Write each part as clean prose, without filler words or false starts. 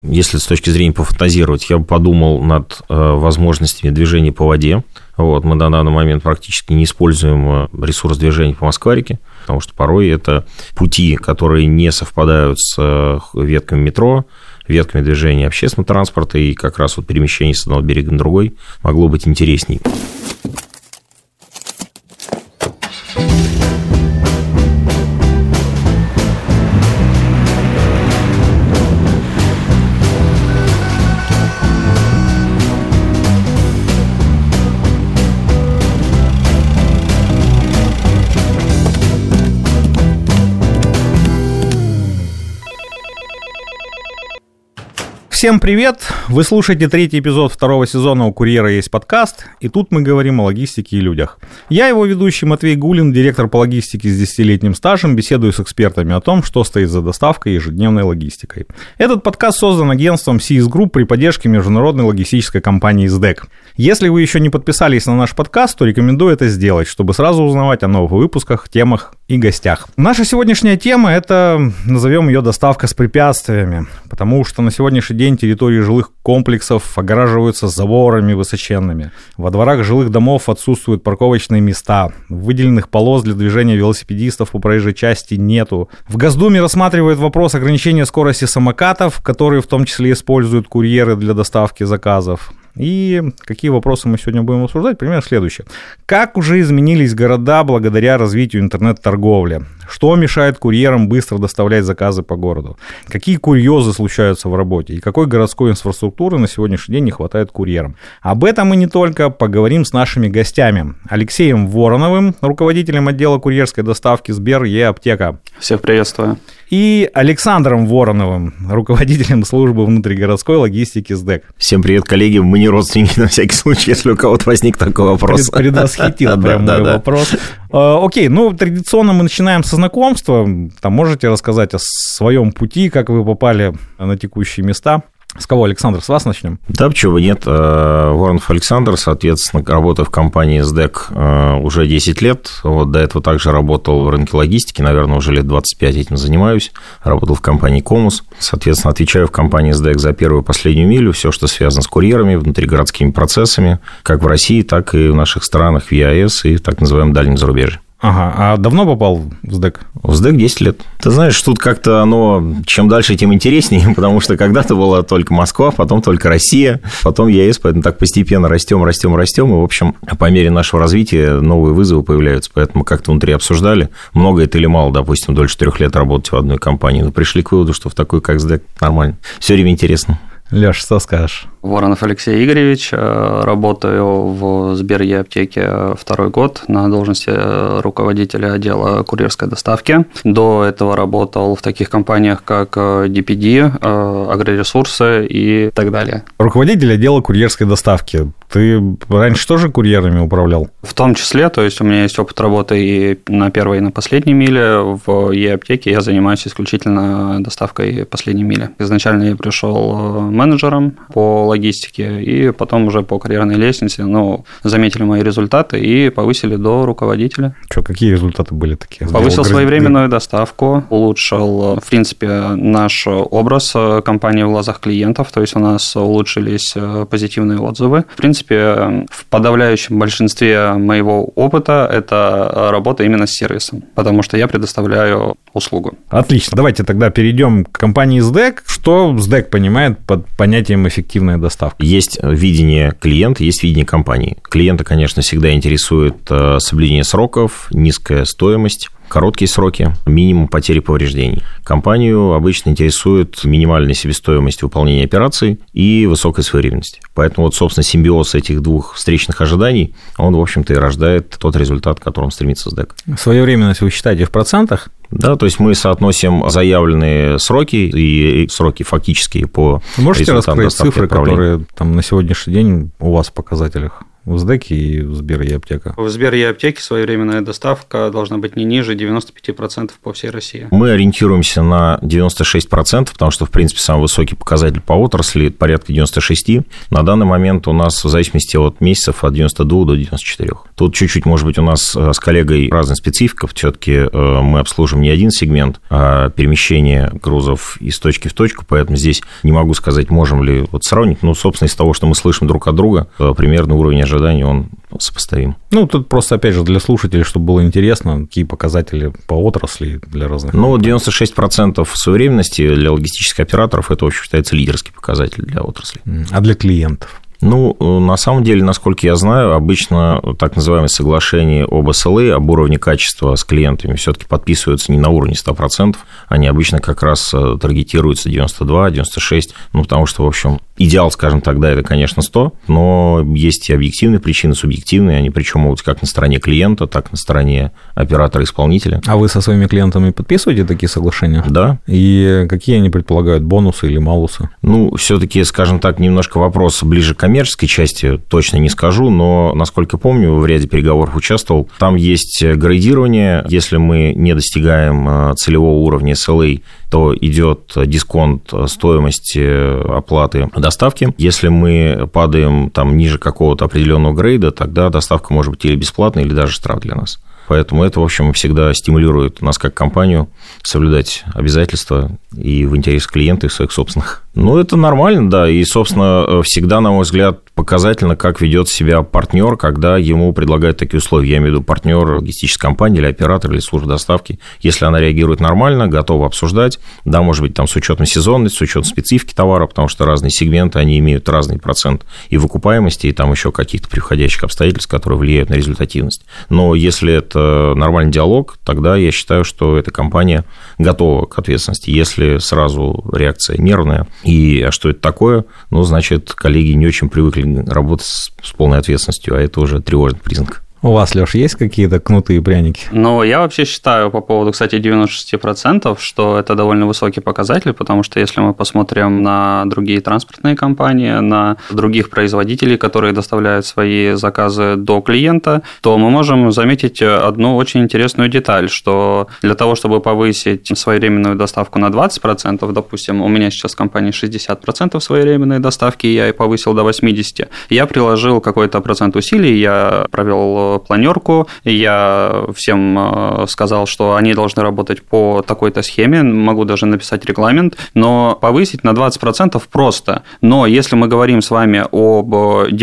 Если с точки зрения пофантазировать, я бы подумал над возможностями движения по воде. Вот, мы на данный момент практически не используем ресурс движения по Москва-реке, потому что порой это пути, которые не совпадают с ветками метро, ветками движения общественного транспорта, и как раз вот перемещение с одного берега на другой могло быть интересней. Всем привет! Вы слушаете третий эпизод второго сезона «У курьера есть подкаст», и тут мы говорим о логистике и людях. Я его ведущий Матвей Гулин, директор по логистике с 10-летним стажем, беседую с экспертами о том, что стоит за доставкой и ежедневной логистикой. Этот подкаст создан агентством CS Group при поддержке международной логистической компании SDEC. Если вы еще не подписались на наш подкаст, то рекомендую это сделать, чтобы сразу узнавать о новых выпусках, темах и гостях. Наша сегодняшняя тема – это, назовем ее, доставка с препятствиями, потому что на сегодняшний день территории жилых комплексов огораживаются заборами высоченными. Во дворах жилых домов отсутствуют парковочные места. Выделенных полос для движения велосипедистов по проезжей части нету. В Госдуме рассматривают вопрос ограничения скорости самокатов, которые в том числе используют курьеры для доставки заказов. И какие вопросы мы сегодня будем обсуждать? Примерно следующее. Как уже изменились города благодаря развитию интернет-торговли? Что мешает курьерам быстро доставлять заказы по городу? Какие курьезы случаются в работе? И какой городской инфраструктуры на сегодняшний день не хватает курьерам? Об этом и не только поговорим с нашими гостями. Алексеем Вороновым, руководителем отдела курьерской доставки Сбер Е-аптека. Всех приветствую. И Александром Вороновым, руководителем службы внутригородской логистики SDEC. Всем привет, коллеги. Мы не родственники, на всякий случай, если у кого-то возник такой вопрос. Предвосхитил прям мой вопрос. Окей, традиционно мы начинаем со знакомства. Там можете рассказать о своем пути, как вы попали на текущие места? С кого, Александр, с вас начнем? Да, почему бы нет. Воронов Александр, соответственно, работаю в компании SDEC уже 10 лет. Вот, до этого также работал в рынке логистики, наверное, уже лет 25 этим занимаюсь. Работал в компании Комус. Соответственно, отвечаю в компании SDEC за первую и последнюю милю, все, что связано с курьерами, внутригородскими процессами, как в России, так и в наших странах, в ЕАЭС и в так называемом дальнем зарубежье. Ага, а давно попал в SDEC? В SDEC 10 лет. Ты знаешь, тут как-то оно, чем дальше, тем интереснее, потому что когда-то была только Москва, потом только Россия, потом ЕС, поэтому так постепенно растем, и, в общем, по мере нашего развития новые вызовы появляются, поэтому как-то внутри обсуждали, много это или мало, допустим, дольше 3 лет работать в одной компании, но пришли к выводу, что в такой, как SDEC, нормально, все время интересно. Леш, что скажешь? Воронов Алексей Игоревич, работаю в Сбер Е-аптеке 2-й год на должности руководителя отдела курьерской доставки. До этого работал в таких компаниях, как DPD, Агроресурсы и так далее. Руководитель отдела курьерской доставки. Ты раньше тоже курьерами управлял? В том числе, то есть у меня есть опыт работы и на первой, и на последней миле. В Е-аптеке я занимаюсь исключительно доставкой последней мили. Изначально я пришел менеджером по логистике, и потом уже по карьерной лестнице, заметили мои результаты и повысили до руководителя. Какие результаты были такие? Повысил своевременную доставку, улучшил, в принципе, наш образ компании в глазах клиентов, то есть у нас улучшились позитивные отзывы. В принципе, в подавляющем большинстве моего опыта это работа именно с сервисом, потому что я предоставляю услугу. Отлично, давайте тогда перейдем к компании SDEC. Что SDEC понимает под понятием эффективная доставка? Есть видение клиента, есть видение компании. Клиента, конечно, всегда интересует соблюдение сроков, низкая стоимость, короткие сроки, минимум потери повреждений. Компанию обычно интересует минимальная себестоимость выполнения операций и высокая своевременность. Поэтому, собственно, симбиоз этих двух встречных ожиданий, он, в общем-то, и рождает тот результат, к которому стремится SDEC. Своевременность вы считаете в процентах? Да, то есть мы соотносим заявленные сроки и сроки фактические по Можете раскрыть цифры, которые там на сегодняшний день у вас в показателях? в SDEC и в Сбер e-аптека? В Сбер e-аптеке своевременная доставка должна быть не ниже 95% по всей России. Мы ориентируемся на 96%, потому что, в принципе, самый высокий показатель по отрасли – порядка 96%. На данный момент у нас, в зависимости от месяцев, от 92 до 94. Тут чуть-чуть, может быть, у нас с коллегой разная специфика. Все-таки мы обслуживаем не один сегмент, а перемещение грузов из точки в точку, поэтому здесь не могу сказать, можем ли вот сравнить. Ну, собственно, из того, что мы слышим друг от друга, примерно уровень ожиданий, он сопоставим. Ну, тут просто, опять же, для слушателей, чтобы было интересно, какие показатели по отрасли для разных... Ну, 96% своевременности для логистических операторов – это, в общем, считается лидерский показатель для отрасли. А для клиентов? Ну, на самом деле, насколько я знаю, обычно так называемые соглашения об SLA, об уровне качества с клиентами все-таки подписываются не на уровне 100%, они обычно как раз таргетируются 92, 96, ну, потому что, в общем, идеал, скажем так, да, это, конечно, 100, но есть и объективные причины, субъективные, они причем могут как на стороне клиента, так и на стороне оператора-исполнителя. А вы со своими клиентами подписываете такие соглашения? Да. И какие они предполагают, бонусы или малусы? Ну, все-таки, скажем так, немножко вопрос ближе к коммерческой части, точно не скажу, но, насколько помню, в ряде переговоров участвовал, там есть градирование, если мы не достигаем целевого уровня SLA, то идет дисконт стоимости оплаты доставки. Если мы падаем там ниже какого-то определенного грейда, тогда доставка может быть или бесплатной, или даже штраф для нас. Поэтому это, в общем, всегда стимулирует нас как компанию соблюдать обязательства и в интересах клиента, и своих собственных. Ну, это нормально, да, и, собственно, всегда, на мой взгляд, показательно, как ведет себя партнер, когда ему предлагают такие условия. Я имею в виду партнер логистической компании или оператор, или службы доставки. Если она реагирует нормально, готова обсуждать, да, может быть, там с учетом сезонности, с учетом специфики товара, потому что разные сегменты, они имеют разный процент и выкупаемости, и там еще каких-то приходящих обстоятельств, которые влияют на результативность. Но если это нормальный диалог, тогда я считаю, что эта компания готова к ответственности. Если сразу реакция нервная, и что это такое, ну, значит, коллеги не очень привыкли работать с полной ответственностью, а это уже тревожный признак. У вас, Лёш, есть какие-то кнуты и пряники? Ну, я вообще считаю по поводу, кстати, 96%, что это довольно высокий показатель, потому что если мы посмотрим на другие транспортные компании, на других производителей, которые доставляют свои заказы до клиента, то мы можем заметить одну очень интересную деталь, что для того, чтобы повысить своевременную доставку на 20%, допустим, у меня сейчас в компании 60% своевременной доставки, я и повысил до 80%, я приложил какой-то процент усилий, я провел планерку, я всем сказал, что они должны работать по такой-то схеме, могу даже написать регламент, но повысить на 20% просто. Но если мы говорим с вами об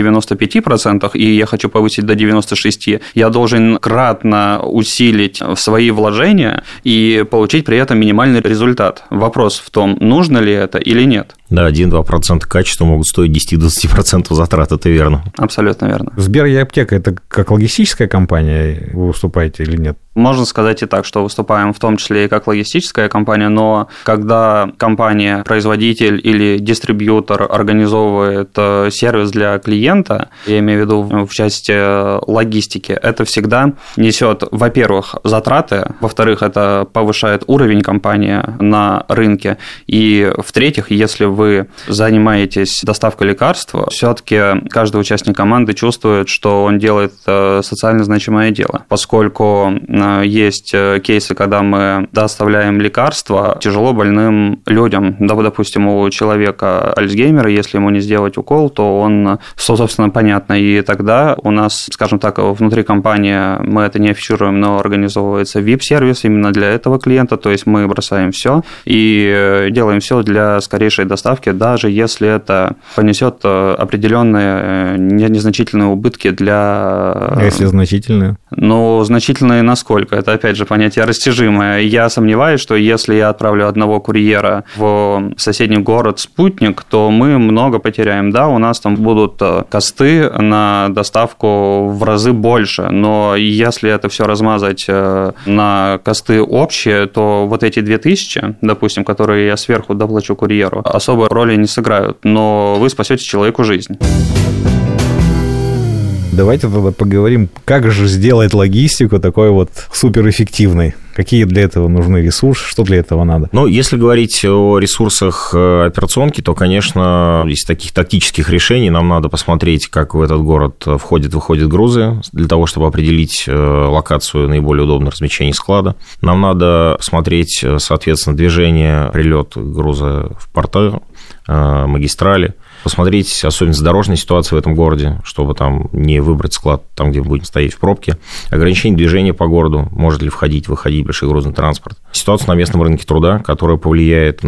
95%, и я хочу повысить до 96%, я должен кратно усилить свои вложения и получить при этом минимальный результат. Вопрос в том, нужно ли это или нет. Да, 1-2% качества могут стоить 10-20% затрат, это верно. Абсолютно верно. Сбер e-аптека – это как логистическая компания вы выступаете или нет? Можно сказать и так, что выступаем в том числе и как логистическая компания, но когда компания, производитель или дистрибьютор организовывает сервис для клиента, я имею в виду в части логистики, это всегда несет, во-первых, затраты, во-вторых, это повышает уровень компании на рынке, и в-третьих, если вы занимаетесь доставкой лекарства, все-таки каждый участник команды чувствует, что он делает социально значимое дело, поскольку есть кейсы, когда мы доставляем лекарства тяжело больным людям. Да, допустим, у человека Альцгеймера, если ему не сделать укол, то он, собственно, понятно. И тогда у нас, скажем так, внутри компании мы это не афишируем, но организовывается VIP-сервис именно для этого клиента. То есть мы бросаем все и делаем все для скорейшей доставки, даже если это понесет определенные незначительные убытки для... А если значительные? Ну, значительные насколько? Это, опять же, понятие растяжимое. Я сомневаюсь, что если я отправлю одного курьера в соседний город-спутник, то мы много потеряем. Да, у нас там будут косты на доставку в разы больше, но если это все размазать на косты общие, то вот эти 2000, допустим, которые я сверху доплачу курьеру, особой роли не сыграют, но вы спасете человеку жизнь. Давайте тогда поговорим, как же сделать логистику такой вот суперэффективной. Какие для этого нужны ресурсы, что для этого надо? Ну, если говорить о ресурсах операционки, то, конечно, из таких тактических решений нам надо посмотреть, как в этот город входят-выходят грузы, для того, чтобы определить локацию наиболее удобного размещения склада. Нам надо посмотреть, соответственно, движение, прилет груза в порты, магистрали, посмотреть особенности дорожной ситуации в этом городе, чтобы там не выбрать склад там, где мы будем стоять в пробке, ограничение движения по городу, может ли входить, выходить большой грузный транспорт, ситуацию на местном рынке труда, которая повлияет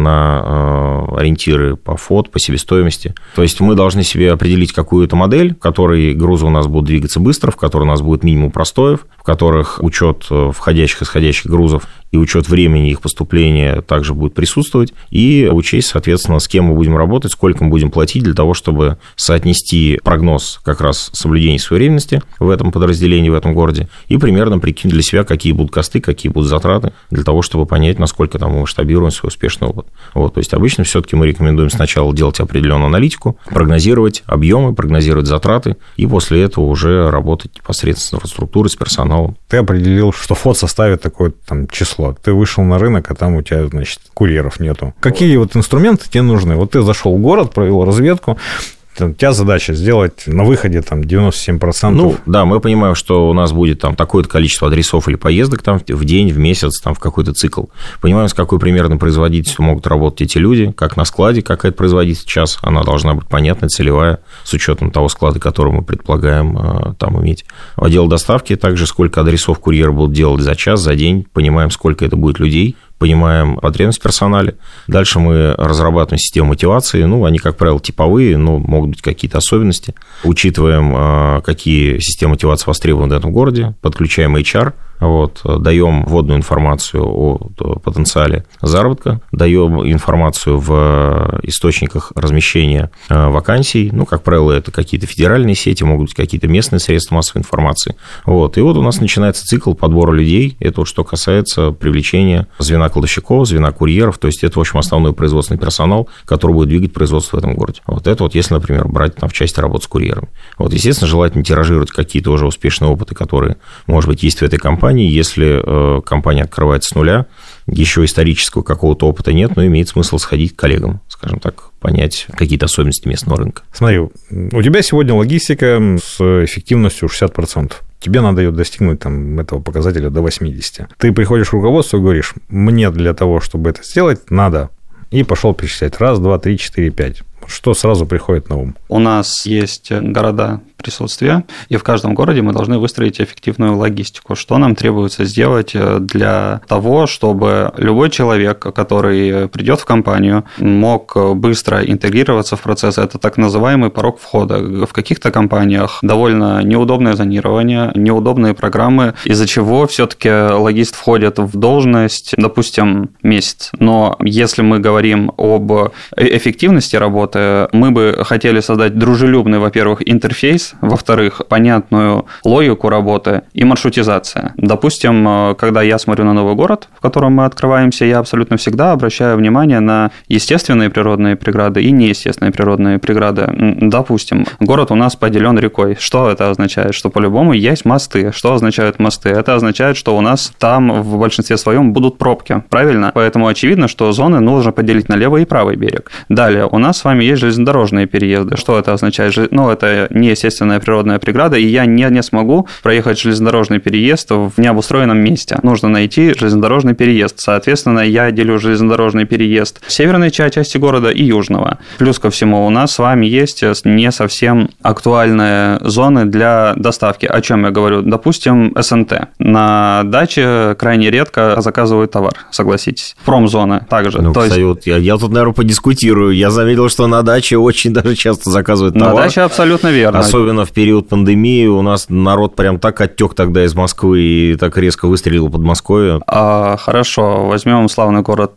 на ориентиры по ФОД, по себестоимости. То есть мы должны себе определить какую-то модель, в которой грузы у нас будут двигаться быстро, в которой у нас будет минимум простоев, в которых учет входящих и исходящих грузов и учет времени их поступления также будет присутствовать, и учесть, соответственно, с кем мы будем работать, сколько мы будем платить для того, чтобы соотнести прогноз как раз соблюдения своевременности в этом подразделении, в этом городе, и примерно прикинуть для себя, какие будут косты, какие будут затраты, для того, чтобы понять, насколько там мы масштабируем свой успешный опыт. Вот, то есть обычно все-таки мы рекомендуем сначала делать определенную аналитику, прогнозировать объемы, прогнозировать затраты, и после этого уже работать непосредственно с инфраструктурой, с персоналом. Ты определил, что ФОД составит такое там число. Ты вышел на рынок, а там у тебя, значит, курьеров нету. Какие вот инструменты тебе нужны? Вот ты зашел в город, провел разведку, у тебя задача сделать на выходе там 97%. Ну, да, мы понимаем, что у нас будет там такое-то количество адресов или поездок там в день, в месяц, там в какой-то цикл. Понимаем, с какой примерно производительностью могут работать эти люди, как на складе, какая-то производительность сейчас, она должна быть понятная, целевая, с учетом того склада, который мы предполагаем там иметь. Отдел доставки также, сколько адресов курьеры будут делать за час, за день, понимаем, сколько это будет людей, понимаем потребность в персонале. Дальше мы разрабатываем систему мотивации. Ну, они, как правило, типовые, но могут быть какие-то особенности. Учитываем, какие системы мотивации востребованы в этом городе, подключаем HR, вот, даем вводную информацию о потенциале заработка, даем информацию в источниках размещения вакансий. Ну, как правило, это какие-то федеральные сети, могут быть какие-то местные средства массовой информации. Вот. И вот у нас начинается цикл подбора людей. Это вот что касается привлечения звена кладовщиков, звена курьеров. То есть это, в общем, основной производственный персонал, который будет двигать производство в этом городе. Вот это вот, если, например, брать там в части работы с курьерами. Вот, естественно, желательно тиражировать какие-то уже успешные опыты, которые, может быть, есть в этой компании. Если компания открывается с нуля, еще исторического какого-то опыта нет, но имеет смысл сходить к коллегам, скажем так, понять какие-то особенности местного рынка. Смотри, у тебя сегодня логистика с эффективностью 60%. Тебе надо ее достигнуть там, этого показателя до 80%. Ты приходишь к руководству и говоришь, мне для того, чтобы это сделать, надо. И пошел перечислять. 1, 2, 3, 4, 5. Что сразу приходит на ум? У нас есть города присутствия, и в каждом городе мы должны выстроить эффективную логистику. Что нам требуется сделать для того, чтобы любой человек, который придет в компанию, мог быстро интегрироваться в процесс? Это так называемый порог входа. В каких-то компаниях довольно неудобное зонирование, неудобные программы, из-за чего все-таки логист входит в должность, допустим, месяц. Но если мы говорим об эффективности работы, мы бы хотели создать дружелюбный, во-первых, интерфейс, во-вторых, понятную логику работы и маршрутизация. Допустим, когда я смотрю на новый город, в котором мы открываемся, я абсолютно всегда обращаю внимание на естественные природные преграды и неестественные природные преграды. Допустим, город у нас поделен рекой. Что это означает? Что по-любому есть мосты. Что означают мосты? Это означает, что у нас там в большинстве своем будут пробки. Правильно? Поэтому очевидно, что зоны нужно поделить на левый и правый берег. Далее, у нас с вами есть железнодорожные переезды. Что это означает? Ну, это неестественная природная преграда, и я не смогу проехать железнодорожный переезд в необустроенном месте. Нужно найти железнодорожный переезд. Соответственно, я делю железнодорожный переезд северной части города и южного. Плюс ко всему, у нас с вами есть не совсем актуальные зоны для доставки. О чем я говорю? Допустим, СНТ. На даче крайне редко заказывают товар, согласитесь. Промзоны также. Ну, я тут, наверное, подискутирую. Я заметил, что на даче очень даже часто заказывают товар. На даче абсолютно верно. Особенно в период пандемии у нас народ прям так оттек тогда из Москвы и так резко выстрелил Подмосковье. Хорошо, возьмем славный город,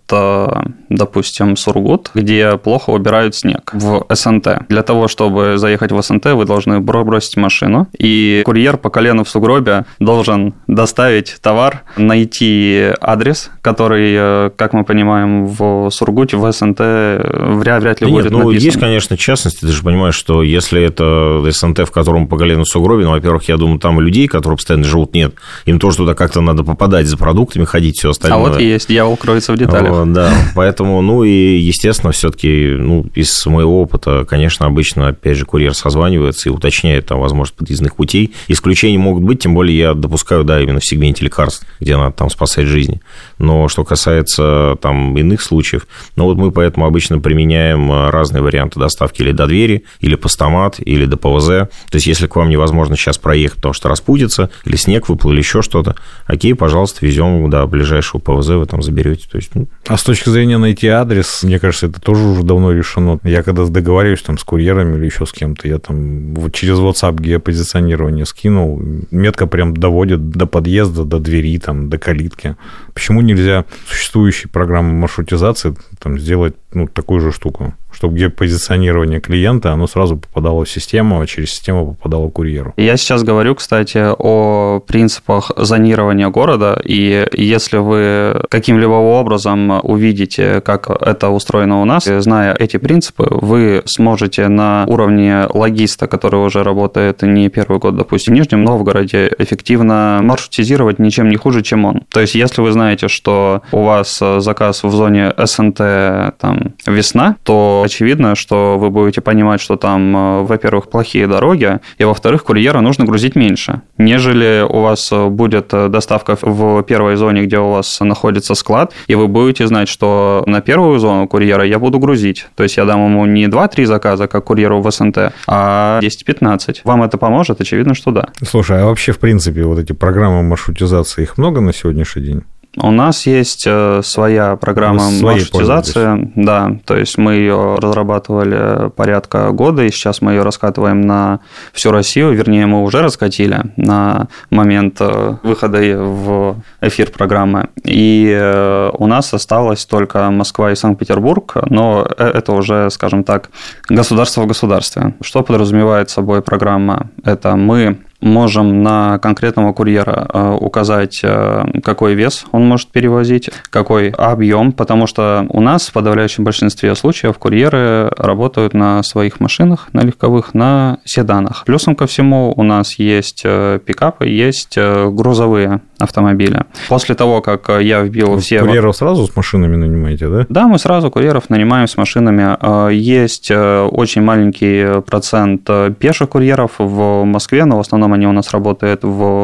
допустим, Сургут, где плохо убирают снег в СНТ. Для того, чтобы заехать в СНТ, вы должны бросить машину, и курьер по колену в сугробе должен доставить товар, найти адрес, который, как мы понимаем, в Сургуте, в СНТ вряд ли будет написан. Есть, конечно, частности. Ты же понимаешь, что если это СНТ СНТ, в котором по колено в сугробе, во-первых, я думаю, там людей, которые постоянно живут, нет. Им тоже туда как-то надо попадать за продуктами, ходить, все остальное. А вот и есть, дьявол кроется в деталях. Да, поэтому, и, естественно, все-таки, из моего опыта, конечно, обычно, опять же, курьер созванивается и уточняет там возможность подъездных путей. Исключения могут быть, тем более я допускаю, да, именно в сегменте лекарств, где надо там спасать жизни. Но что касается там иных случаев, мы поэтому обычно применяем разные варианты доставки или до двери, или постамат, или до ПВЗ. То есть, если к вам невозможно сейчас проехать, потому что распутится, или снег выпал, или еще что-то, окей, пожалуйста, везем до ближайшего ПВЗ, вы там заберете. То есть, А с точки зрения найти адрес, мне кажется, это тоже уже давно решено. Я когда договариваюсь там с курьерами или еще с кем-то, я там через WhatsApp геопозиционирование скинул, метка прям доводит до подъезда, до двери, там, до калитки. Почему нельзя существующей программы маршрутизации там, сделать такую же штуку? Чтобы геопозиционирование клиента, оно сразу попадало в систему, а через систему попадало курьеру. Я сейчас говорю, кстати, о принципах зонирования города, и если вы каким-либо образом увидите, как это устроено у нас, зная эти принципы, вы сможете на уровне логиста, который уже работает не первый год, допустим, в Нижнем Новгороде, эффективно маршрутизировать ничем не хуже, чем он. То есть, если вы знаете, что у вас заказ в зоне СНТ там, весна, то очевидно, что вы будете понимать, что там, во-первых, плохие дороги, и, во-вторых, курьера нужно грузить меньше, нежели у вас будет доставка в первой зоне, где у вас находится склад, и вы будете знать, что на первую зону курьера я буду грузить. То есть я дам ему не 2-3 заказа, как курьеру в СНТ, а 10-15. Вам это поможет? Очевидно, что да. Слушай, а вообще, в принципе, вот эти программы маршрутизации, их много на сегодняшний день? У нас есть своя программа маршрутизации, да, то есть мы ее разрабатывали порядка года, и сейчас мы ее раскатываем на всю Россию, вернее, мы уже раскатили на момент выхода в эфир программы, и у нас осталось только Москва и Санкт-Петербург, но это уже, скажем так, государство в государстве. Что подразумевает собой программа? Это мы можем на конкретного курьера указать, какой вес он может перевозить, какой объем, потому что у нас в подавляющем большинстве случаев курьеры работают на своих машинах, на легковых, на седанах. Плюсом ко всему у нас есть пикапы, есть грузовые автомобили. После того, как я вбил все... Курьеров сразу с машинами нанимаете, да? Да, мы сразу курьеров нанимаем с машинами. Есть очень маленький процент пеших курьеров в Москве, но в основном они у нас работают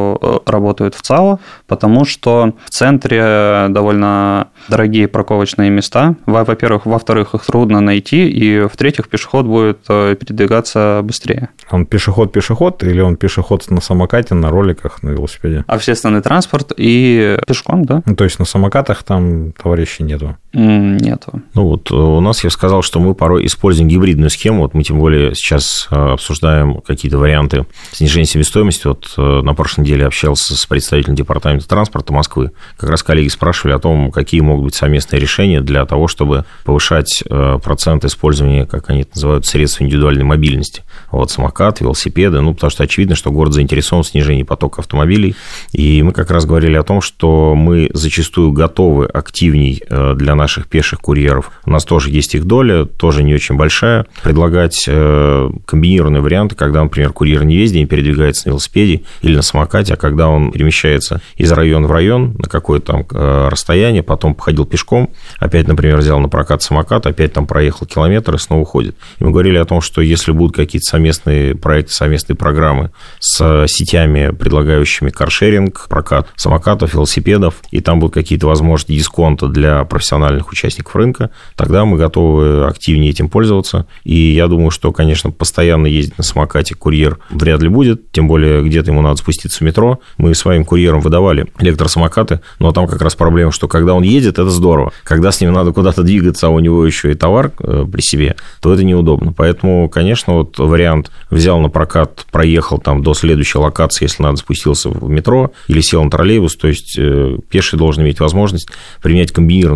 в ЦАО, потому что в центре довольно дорогие парковочные места. Во-первых, во-вторых, их трудно найти, и в-третьих, пешеход будет передвигаться быстрее. Он пешеход или он пешеход на самокате, на роликах, на велосипеде? Общественный транспорт и пешком, да. То есть на самокатах там товарищей нету? Нету. У нас, я сказал, что мы порой используем гибридную схему. Мы тем более сейчас обсуждаем какие-то варианты снижения себестоимости. На прошлой неделе общался с представителем департамента транспорта Москвы. Как раз коллеги спрашивали о том, какие могут быть совместные решения для того, чтобы повышать процент использования, как они это называют, средств индивидуальной мобильности. Самокат, велосипеды. Потому что очевидно, что город заинтересован в снижении потока автомобилей. И мы как раз говорили о том, что мы зачастую готовы активней для наших пеших курьеров. У нас тоже есть их доля, тоже не очень большая. Предлагать комбинированные варианты, когда, например, курьер не весь день передвигается на велосипеде или на самокате, а когда он перемещается из района в район на какое-то там расстояние, потом походил пешком, опять, например, взял на прокат самокат, опять там проехал километр и снова уходит. И мы говорили о том, что если будут какие-то совместные проекты, совместные программы с сетями, предлагающими каршеринг, прокат самокатов, велосипедов, и там будут какие-то возможности дисконта для профессиональных участников рынка, тогда мы готовы активнее этим пользоваться. И я думаю, что, конечно, постоянно ездить на самокате курьер вряд ли будет, тем более где-то ему надо спуститься в метро. Мы своим курьерам выдавали электросамокаты, но там как раз проблема, что когда он едет, это здорово. Когда с ним надо куда-то двигаться, а у него еще и товар при себе, то это неудобно. Поэтому, конечно, вариант взял на прокат, проехал там до следующей локации, если надо, спустился в метро или сел на троллейбус, то есть пеший должен иметь возможность применять комбинированный способ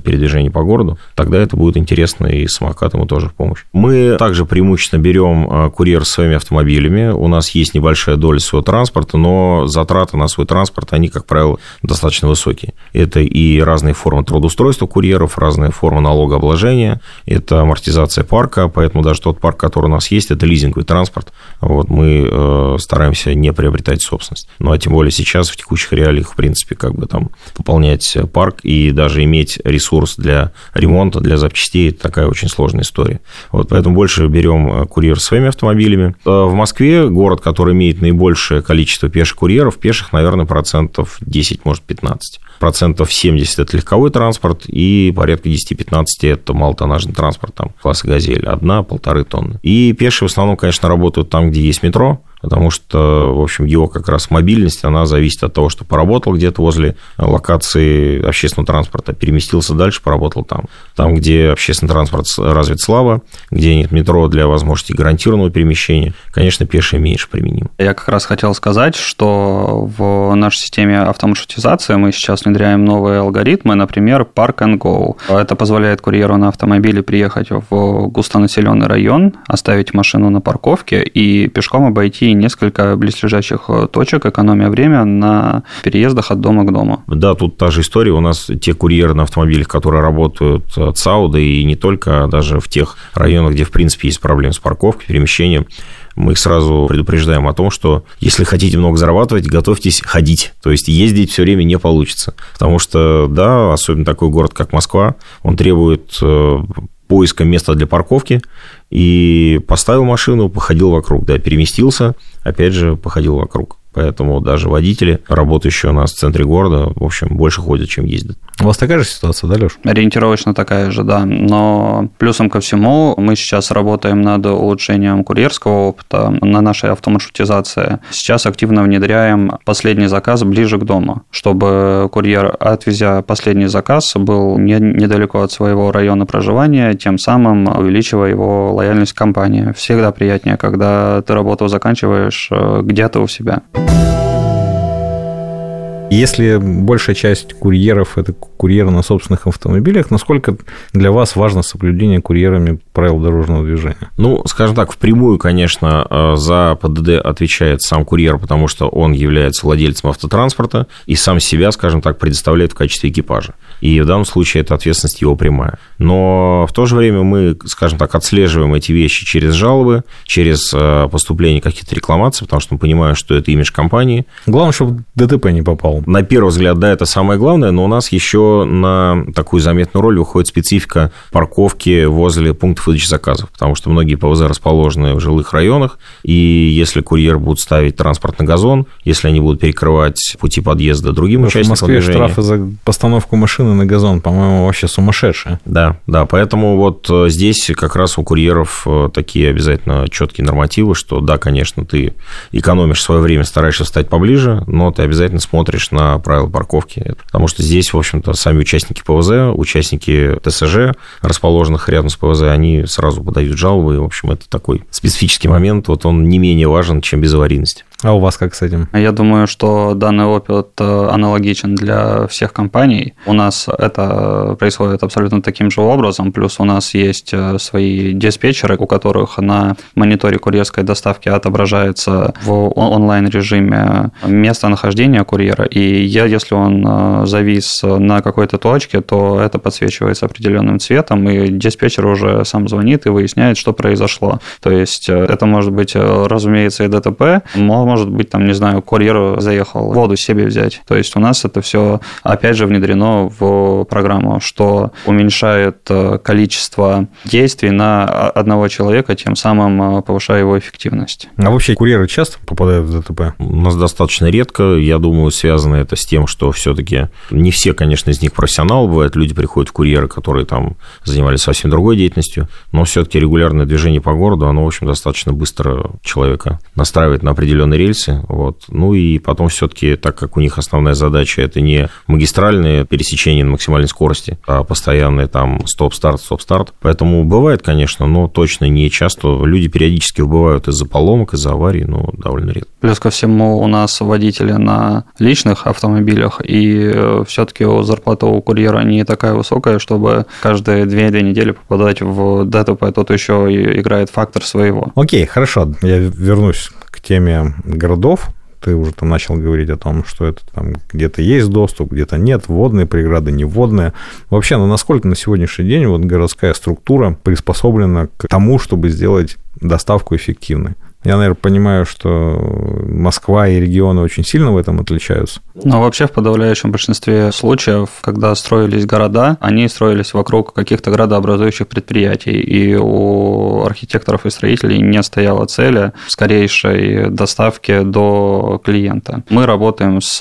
передвижения по городу, тогда это будет интересно, и самокат ему тоже в помощь. Мы также преимущественно берем курьер с своими автомобилями. У нас есть небольшая доля своего транспорта, но затраты на свой транспорт, они, как правило, достаточно высокие. Это и разные формы трудоустройства курьеров, разные формы налогообложения, это амортизация парка, поэтому даже тот парк, который у нас есть, это лизинговый транспорт. Вот мы стараемся не приобретать собственность. Ну, а тем более сейчас, в текущих реалиях, в принципе, как бы там пополнять парк и даже иметь ресурс для ремонта, для запчастей, это такая очень сложная история. Вот поэтому больше берем курьер своими автомобилями. В Москве, город, который имеет наибольшее количество пеших курьеров, пеших, наверное, 10%, может, 15%. 70% это легковой транспорт, и порядка 10-15% это малотоннажный транспорт, там, класса «Газель», 1-1,5 тонны. И пешие в основном, конечно, работают там, где есть метро, потому что, в общем, его как раз мобильность, она зависит от того, что поработал где-то возле локации общественного транспорта, переместился дальше, поработал там. Там, где общественный транспорт развит слабо, где нет метро для возможности гарантированного перемещения, конечно, пешие меньше применимы. Я как раз хотел сказать, что в нашей системе автомаршрутизации мы сейчас внедряем новые алгоритмы, например, Park and Go. Это позволяет курьеру на автомобиле приехать в густонаселенный район, оставить машину на парковке и пешком обойти несколько близлежащих точек, экономя время на переездах от дома к дому. Да, тут та же история. У нас те курьеры на автомобилях, которые работают ЦАУ, да и не только, а даже в тех районах, где, в принципе, есть проблемы с парковкой, перемещением, мы их сразу предупреждаем о том, что если хотите много зарабатывать, готовьтесь ходить. То есть ездить все время не получится. Потому что, да, особенно такой город, как Москва, он требует поиска места для парковки, и поставил машину, походил вокруг, да, переместился, опять же, походил вокруг. Поэтому даже водители, работающие у нас в центре города, в общем, больше ходят, чем ездят. У вас такая же ситуация, да, Лёш? Ориентировочно такая же, да. Но плюсом ко всему мы сейчас работаем над улучшением курьерского опыта на нашей автомаршрутизации. Сейчас активно внедряем последний заказ ближе к дому, чтобы курьер, отвезя последний заказ, был недалеко от своего района проживания, тем самым увеличивая его лояльность к компании. Всегда приятнее, когда ты работу заканчиваешь где-то у себя. Если большая часть курьеров – это курьеры на собственных автомобилях, насколько для вас важно соблюдение курьерами правил дорожного движения? Ну, скажем так, впрямую, конечно, за ПДД отвечает сам курьер, потому что он является владельцем автотранспорта и сам себя, скажем так, предоставляет в качестве экипажа. И в данном случае это ответственность его прямая. Но в то же время мы, скажем так, отслеживаем эти вещи через жалобы, через поступление каких-то рекламаций, потому что мы понимаем, что это имидж компании. Главное, чтобы ДТП не попал. На первый взгляд, да, это самое главное, но у нас еще на такую заметную роль выходит специфика парковки возле пунктов выдачи заказов, потому что многие ПВЗ расположены в жилых районах, и если курьер будет ставить транспорт на газон, если они будут перекрывать пути подъезда другим участникам движения... В Москве штрафы за постановку машины на газон, по-моему, вообще сумасшедшие. Да, поэтому вот здесь как раз у курьеров такие обязательно четкие нормативы, что да, конечно, ты экономишь свое время, стараешься встать поближе, но ты обязательно смотришь на правила парковки, потому что здесь, в общем-то, сами участники ПВЗ, участники ТСЖ, расположенных рядом с ПВЗ, они сразу подают жалобы, и, в общем, это такой специфический момент, вот он не менее важен, чем безаварийность. А у вас как с этим? Я думаю, что данный опыт аналогичен для всех компаний. У нас это происходит абсолютно таким же образом, плюс у нас есть свои диспетчеры, у которых на мониторе курьерской доставки отображается в онлайн-режиме местонахождение курьера, и если он завис на какой-то точке, то это подсвечивается определенным цветом, и диспетчер уже сам звонит и выясняет, что произошло. То есть это может быть, разумеется, и ДТП, может быть, там, не знаю, курьер заехал воду себе взять. То есть у нас это все, опять же, внедрено в программу, что уменьшает количество действий на одного человека, тем самым повышая его эффективность. А вообще курьеры часто попадают в ДТП? У нас достаточно редко. Я думаю, связано это с тем, что все-таки не все, конечно, из них профессионалы. Бывают люди, приходят в курьеры, которые там занимались совсем другой деятельностью, но все-таки регулярное движение по городу, оно, в общем, достаточно быстро человека настраивает на определенный рейс, рельсы. Вот. Ну и потом все-таки, так как у них основная задача это не магистральные пересечения на максимальной скорости, а постоянные там стоп-старт, стоп-старт. Поэтому бывает, конечно, но точно не часто. Люди периодически убывают из-за поломок, из-за аварий, но довольно редко. Плюс ко всему у нас водители на личных автомобилях, и все-таки зарплата у курьера не такая высокая, чтобы каждые 2 недели попадать в ДТП. Тут еще и играет фактор своего. Окей, хорошо. Я вернусь к теме городов. Ты уже там начал говорить о том, что это там где-то есть доступ, где-то нет, водные преграды, неводные. Вообще, насколько на сегодняшний день вот городская структура приспособлена к тому, чтобы сделать доставку эффективной? Я, наверное, понимаю, что Москва и регионы очень сильно в этом отличаются. Но вообще в подавляющем большинстве случаев, когда строились города, они строились вокруг каких-то градообразующих предприятий, и у архитекторов и строителей не стояла цели скорейшей доставки до клиента. Мы работаем с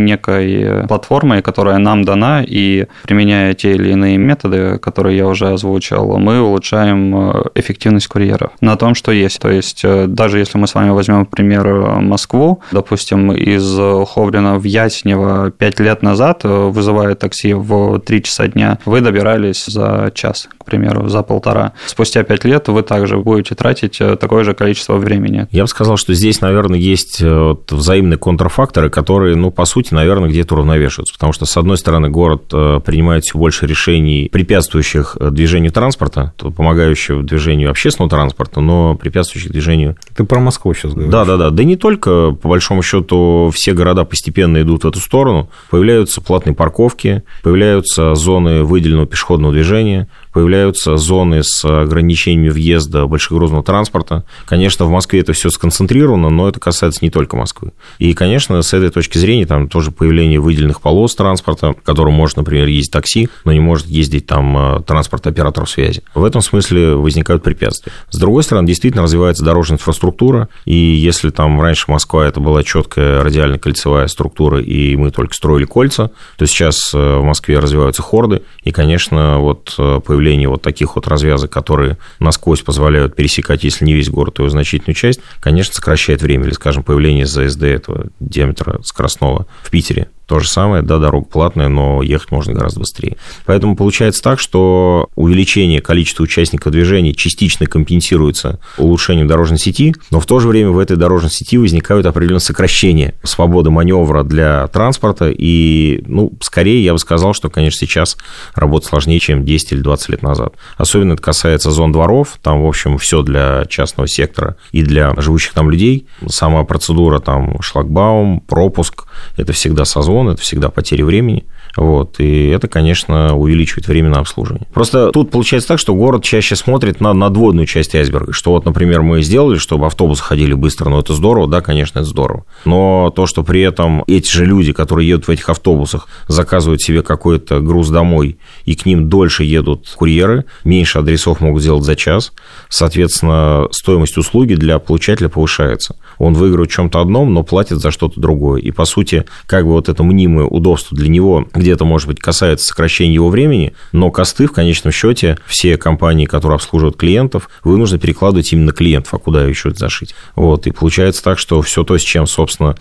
некой платформой, которая нам дана, и применяя те или иные методы, которые я уже озвучил, мы улучшаем эффективность курьеров на том, что есть. То есть даже если мы с вами возьмем, например, Москву, допустим, из Ховрина в Яснево 5 лет назад, вызывая такси в 3 часа дня, вы добирались за час, к примеру, за 1,5. Спустя 5 лет вы также будете тратить такое же количество времени. Я бы сказал, что здесь, наверное, есть взаимные контрфакторы, которые, по сути, наверное, где-то уравновешиваются. Потому что, с одной стороны, город принимает все больше решений, препятствующих движению транспорта, помогающих движению общественного транспорта, но препятствующих движению... Ты про Москву сейчас говоришь. Да. Да не только, по большому счету, все города постепенно идут в эту сторону. Появляются платные парковки, появляются зоны выделенного пешеходного движения, появляются зоны с ограничениями въезда большегрузного транспорта. Конечно, в Москве это все сконцентрировано, но это касается не только Москвы. И, конечно, с этой точки зрения там тоже появление выделенных полос транспорта, которым может, например, ездить такси, но не может ездить там транспорт операторов связи. В этом смысле возникают препятствия. С другой стороны, действительно развивается дорожная инфраструктура, и если там раньше Москва это была четкая радиально-кольцевая структура, и мы только строили кольца, то сейчас в Москве развиваются хорды, и, конечно, вот появление вот таких вот развязок, которые насквозь позволяют пересекать, если не весь город, то его значительную часть, конечно, сокращает время. Или, скажем, появление ЗСД этого диаметра скоростного в Питере. То же самое, да, дорога платная, но ехать можно гораздо быстрее. Поэтому получается так, что увеличение количества участников движения частично компенсируется улучшением дорожной сети, но в то же время в этой дорожной сети возникают определенные сокращения свободы маневра для транспорта. И, скорее я бы сказал, что, конечно, сейчас работа сложнее, чем 10 или 20 лет назад. Особенно это касается зон дворов. Там, в общем, все для частного сектора и для живущих там людей. Сама процедура, там, шлагбаум, пропуск, это всегда созвон, это всегда потери времени. Вот, и это, конечно, увеличивает время на обслуживание. Просто тут получается так, что город чаще смотрит на надводную часть айсберга, что вот, например, мы сделали, чтобы автобусы ходили быстро, это здорово, да, конечно, это здорово. Но то, что при этом эти же люди, которые едут в этих автобусах, заказывают себе какой-то груз домой, и к ним дольше едут курьеры, меньше адресов могут сделать за час, соответственно, стоимость услуги для получателя повышается. Он выигрывает в чем-то одном, но платит за что-то другое. И, по сути, как бы вот это мнимое удобство для него где-то, может быть, касается сокращения его времени, но косты, в конечном счете, все компании, которые обслуживают клиентов, вынуждены перекладывать именно клиентов, а куда еще это зашить. Вот, и получается так, что все то, с чем, собственно,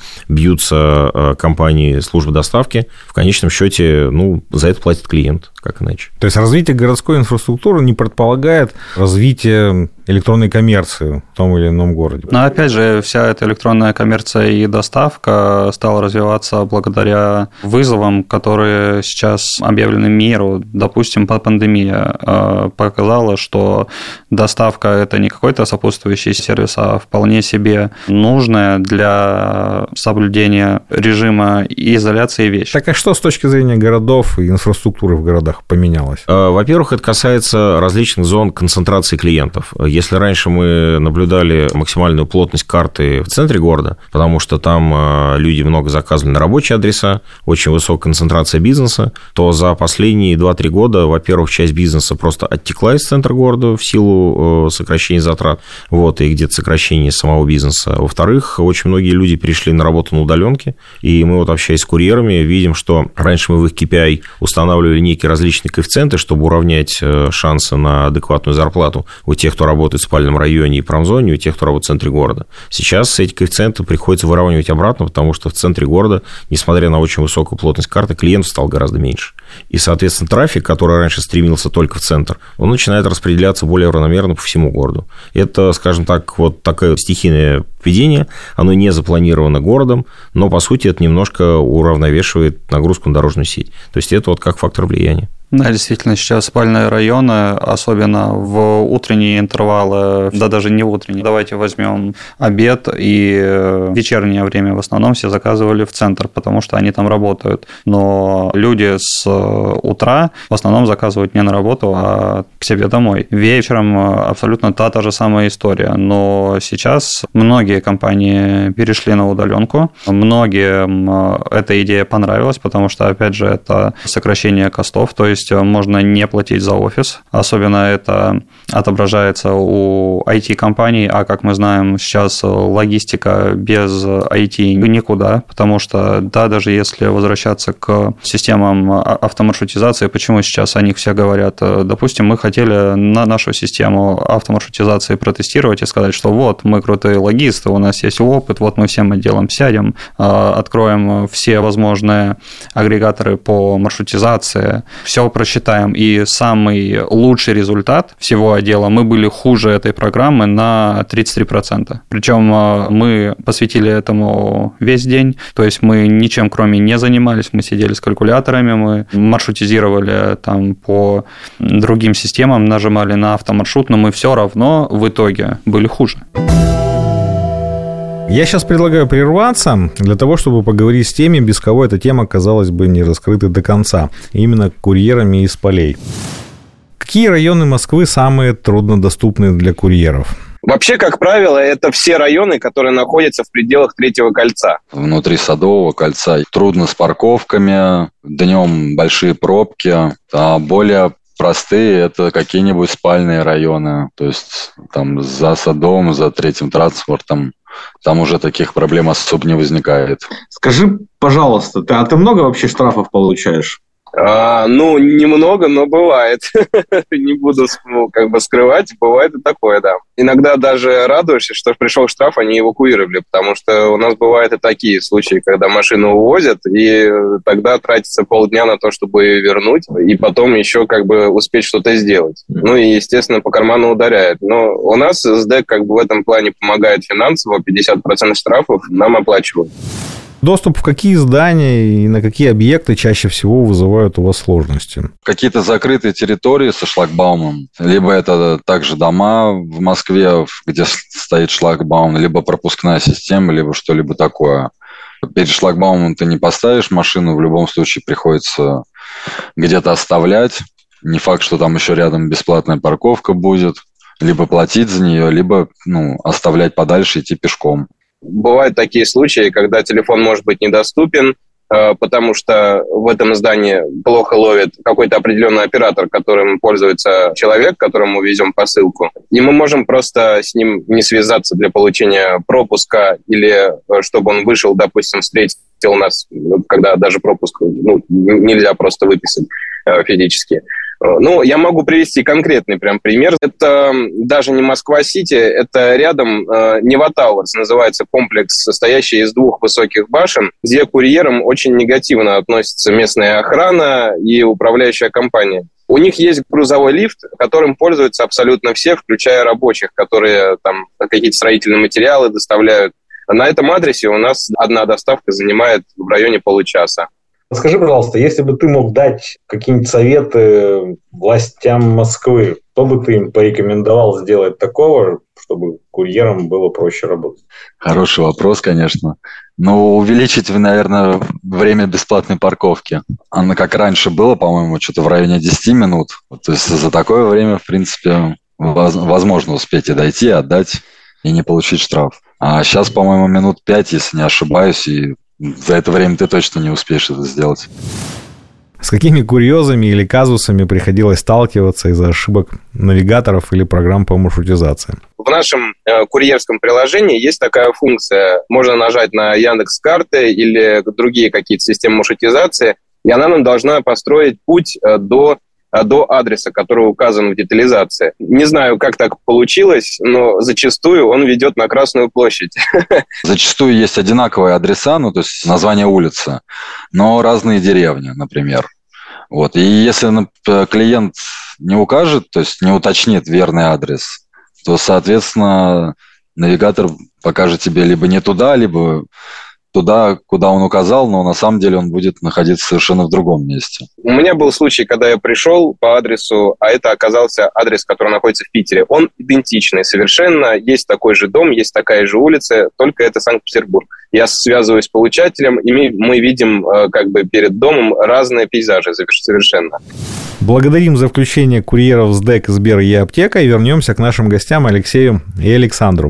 бьются компании службы доставки, в конечном счете, за это платит клиент, как иначе. То есть развитие городской инфраструктуры не предполагает развитие электронной коммерции в том или ином городе. Но, опять же, вся эта электронная коммерция и доставка стала развиваться благодаря вызовам, которые сейчас объявлены миру. Допустим, пандемия показала, что доставка – это не какой-то сопутствующий сервис, а вполне себе нужная для соблюдения режима изоляции вещь. Так а что с точки зрения городов и инфраструктуры в городах поменялось? Во-первых, это касается различных зон концентрации клиентов. Если раньше мы наблюдали максимальную плотность карты в центре города, потому что там люди много заказывали на рабочие адреса, очень высокая концентрация бизнеса, то за последние 2-3 года, во-первых, часть бизнеса просто оттекла из центра города в силу сокращения затрат, и где-то сокращения самого бизнеса. Во-вторых, очень многие люди перешли на работу на удаленке, и мы общаясь с курьерами, видим, что раньше мы в их KPI устанавливали некие различные коэффициенты, чтобы уравнять шансы на адекватную зарплату у тех, кто работает работают в спальном районе и промзоне, и у тех, кто работает в центре города. Сейчас эти коэффициенты приходится выравнивать обратно, потому что в центре города, несмотря на очень высокую плотность карты, клиентов стало гораздо меньше. И, соответственно, трафик, который раньше стремился только в центр, он начинает распределяться более равномерно по всему городу. Это, скажем так, вот такое стихийное поведение, оно не запланировано городом, но, по сути, это немножко уравновешивает нагрузку на дорожную сеть. То есть, это вот как фактор влияния. Да, действительно, сейчас спальные районы, особенно в утренние интервалы, да даже не в утренние. Давайте возьмем обед и вечернее время в основном все заказывали в центр, потому что они там работают. Но люди с утра в основном заказывают не на работу, а к себе домой. Вечером абсолютно та же самая история. Но сейчас многие компании перешли на удаленку. Многим эта идея понравилась, потому что, опять же, это сокращение костов, то есть можно не платить за офис. Особенно это отображается у IT-компаний, а как мы знаем, сейчас логистика без IT никуда, потому что, да, даже если возвращаться к системам автомаршрутизации, почему сейчас о них все говорят? Допустим, мы хотели на нашу систему автомаршрутизации протестировать и сказать, что вот, мы крутые логисты, у нас есть опыт, вот мы всем отделом сядем, откроем все возможные агрегаторы по маршрутизации, все просчитаем, и самый лучший результат всего отдела, мы были хуже этой программы на 33%. Причем мы посвятили этому весь день, то есть мы ничем кроме не занимались, мы сидели с калькуляторами, мы маршрутизировали там по другим системам, нажимали на автомаршрут, но мы все равно в итоге были хуже. Я сейчас предлагаю прерваться для того, чтобы поговорить с теми, без кого эта тема, казалось бы, не раскрыта до конца. Именно курьерами из полей. Какие районы Москвы самые труднодоступные для курьеров? Вообще, как правило, это все районы, которые находятся в пределах Третьего кольца. Внутри Садового кольца трудно с парковками, днем большие пробки, а более простые – это какие-нибудь спальные районы, то есть там за Садовым, за Третьим транспортом. Там уже таких проблем особо не возникает. Скажи, пожалуйста, ты много вообще штрафов получаешь? Немного, но бывает. Не буду скрывать, бывает и такое, да. Иногда даже радуешься, что пришел штраф, они эвакуировали, потому что у нас бывают и такие случаи, когда машину увозят, и тогда тратится полдня на то, чтобы ее вернуть, и потом еще успеть что-то сделать. Ну и, естественно, по карману ударяет. Но у нас СДЭК в этом плане помогает финансово, 50% штрафов нам оплачивают. Доступ в какие здания и на какие объекты чаще всего вызывают у вас сложности? Какие-то закрытые территории со шлагбаумом, либо это также дома в Москве, где стоит шлагбаум, либо пропускная система, либо что-либо такое. Перед шлагбаумом ты не поставишь машину, в любом случае приходится где-то оставлять. Не факт, что там еще рядом бесплатная парковка будет. Либо платить за нее, либо оставлять подальше, идти пешком. Бывают такие случаи, когда телефон может быть недоступен, потому что в этом здании плохо ловит какой-то определенный оператор, которым пользуется человек, которому везем посылку. И мы можем просто с ним не связаться для получения пропуска или чтобы он вышел, допустим, встретил нас, когда даже пропуск нельзя просто выписать физически. Я могу привести конкретный пример. Это даже не Москва-Сити, это рядом Нева Тауэрс, называется комплекс, состоящий из 2 высоких башен, где к курьерам очень негативно относится местная охрана и управляющая компания. У них есть грузовой лифт, которым пользуются абсолютно все, включая рабочих, которые там какие-то строительные материалы доставляют. На этом адресе у нас одна доставка занимает в районе получаса. Скажи, пожалуйста, если бы ты мог дать какие-нибудь советы властям Москвы, что бы ты им порекомендовал сделать такого, чтобы курьерам было проще работать? Хороший вопрос, конечно. Увеличить, наверное, время бесплатной парковки. Оно как раньше было, по-моему, что-то в районе 10 минут. То есть за такое время, в принципе, возможно успеть и дойти, отдать и не получить штраф. А сейчас, по-моему, минут 5, если не ошибаюсь, и за это время ты точно не успеешь это сделать. С какими курьезами или казусами приходилось сталкиваться из-за ошибок навигаторов или программ по маршрутизации? В нашем курьерском приложении есть такая функция. Можно нажать на Яндекс.Карты или другие какие-то системы маршрутизации, и она нам должна построить путь до до адреса, который указан в детализации. Не знаю, как так получилось, но зачастую он ведет на Красную площадь. Зачастую есть одинаковые адреса, то есть название улицы, но разные деревни, например. И если клиент не укажет, то есть не уточнит верный адрес, то, соответственно, навигатор покажет тебе либо не туда, либо туда, куда он указал, но на самом деле он будет находиться совершенно в другом месте. У меня был случай, когда я пришел по адресу, а это оказался адрес, который находится в Питере. Он идентичный совершенно. Есть такой же дом, есть такая же улица, только это Санкт-Петербург. Я связываюсь с получателем, и мы видим перед домом разные пейзажи совершенно. Благодарим за включение курьеров СДЭК, Сбер и Аптека, и вернемся к нашим гостям Алексею и Александру.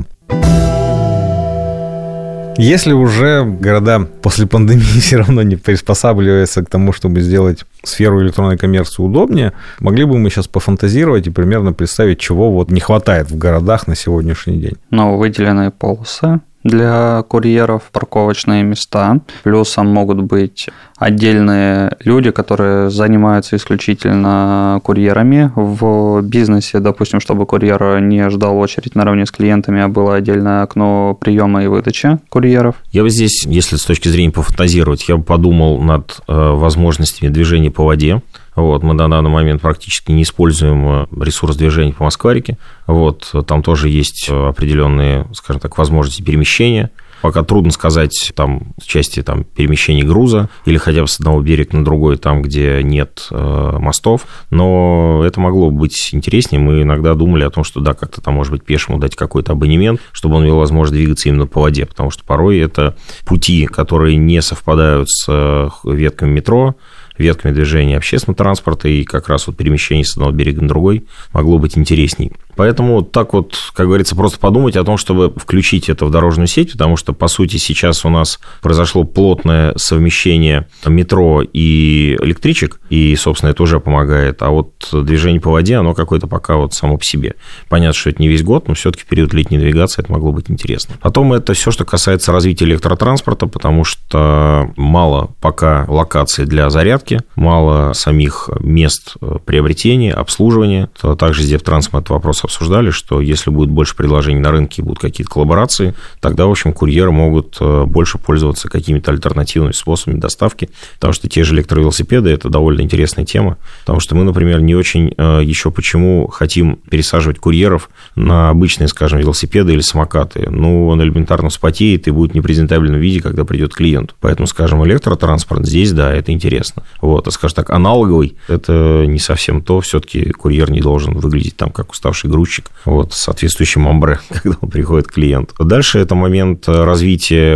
Если уже города после пандемии все равно не приспосабливаются к тому, чтобы сделать сферу электронной коммерции удобнее, могли бы мы сейчас пофантазировать и примерно представить, чего не хватает в городах на сегодняшний день? Выделенные полосы для курьеров, парковочные места. Плюсом могут быть отдельные люди, которые занимаются исключительно курьерами в бизнесе, допустим, чтобы курьер не ждал очередь наравне с клиентами, а было отдельное окно приема и выдачи курьеров. Я бы здесь, если с точки зрения пофантазировать, я бы подумал над возможностями движения по воде. Мы на данный момент практически не используем ресурс движения по Москварике. Там тоже есть определенные, скажем так, возможности перемещения. Пока трудно сказать в части перемещения груза или хотя бы с одного берега на другой, там, где нет мостов. Но это могло быть интереснее. Мы иногда думали о том, что как-то там, может быть, пешему дать какой-то абонемент, чтобы он имел возможность двигаться именно по воде. Потому что порой это пути, которые не совпадают с ветками метро, ветками движения общественного транспорта, и как раз перемещение с одного берега на другой могло быть интересней. Поэтому как говорится, просто подумать о том, чтобы включить это в дорожную сеть, потому что, по сути, сейчас у нас произошло плотное совмещение метро и электричек, и, собственно, это уже помогает. А движение по воде, оно какое-то пока само по себе. Понятно, что это не весь год, но все-таки в период летней навигации это могло быть интересно. Потом это все, что касается развития электротранспорта, потому что мало пока локаций для зарядки, мало самих мест приобретения, обслуживания. Также с Девтранс мы этот вопрос обсуждали, что если будет больше предложений на рынке и будут какие-то коллаборации, тогда, в общем, курьеры могут больше пользоваться какими-то альтернативными способами доставки, потому что те же электровелосипеды – это довольно интересная тема, потому что мы, например, не очень еще почему хотим пересаживать курьеров на обычные, скажем, велосипеды или самокаты. Он элементарно вспотеет и будет в непрезентабельном виде, когда придет клиент. Поэтому, скажем, электротранспорт здесь, да, это интересно. Скажем так, аналоговый – это не совсем то. Все-таки курьер не должен выглядеть как уставший грузчик с соответствующим амбре, когда он приходит клиент. Дальше это момент развития